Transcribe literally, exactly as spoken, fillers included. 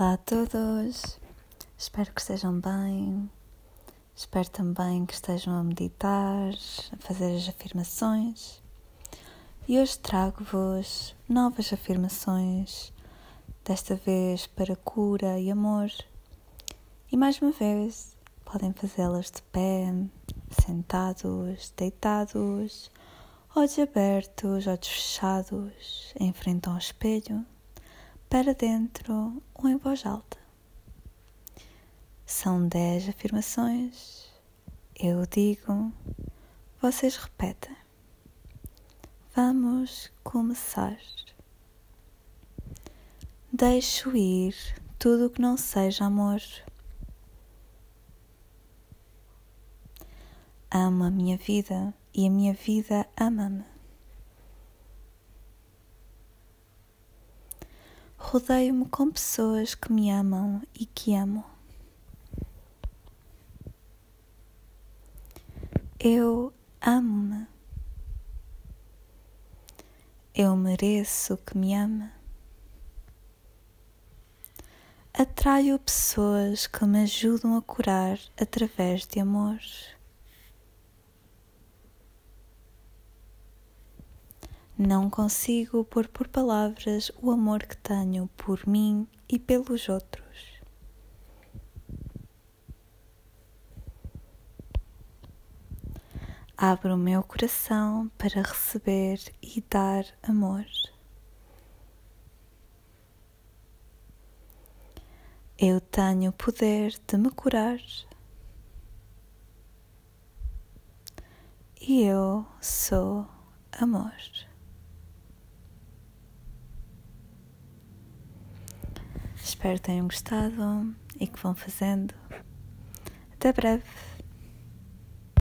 Olá a todos, espero que estejam bem, espero também que estejam a meditar, a fazer as afirmações e hoje trago-vos novas afirmações, desta vez para cura e amor e mais uma vez podem fazê-las de pé, sentados, deitados, olhos abertos, olhos fechados, em frente ao espelho, para dentro ou em voz alta. São dez afirmações, eu digo, vocês repetem. Vamos começar. Deixo ir tudo o que não seja amor. Amo a minha vida e a minha vida ama-me. Rodeio-me com pessoas que me amam e que amo. Eu amo-me. Eu mereço que me ame. Atraio pessoas que me ajudam a curar através de amor. Não consigo pôr por palavras o amor que tenho por mim e pelos outros. Abro o meu coração para receber e dar amor. Eu tenho o poder de me curar. E eu sou amor. Espero que tenham gostado e que vão fazendo. Até breve.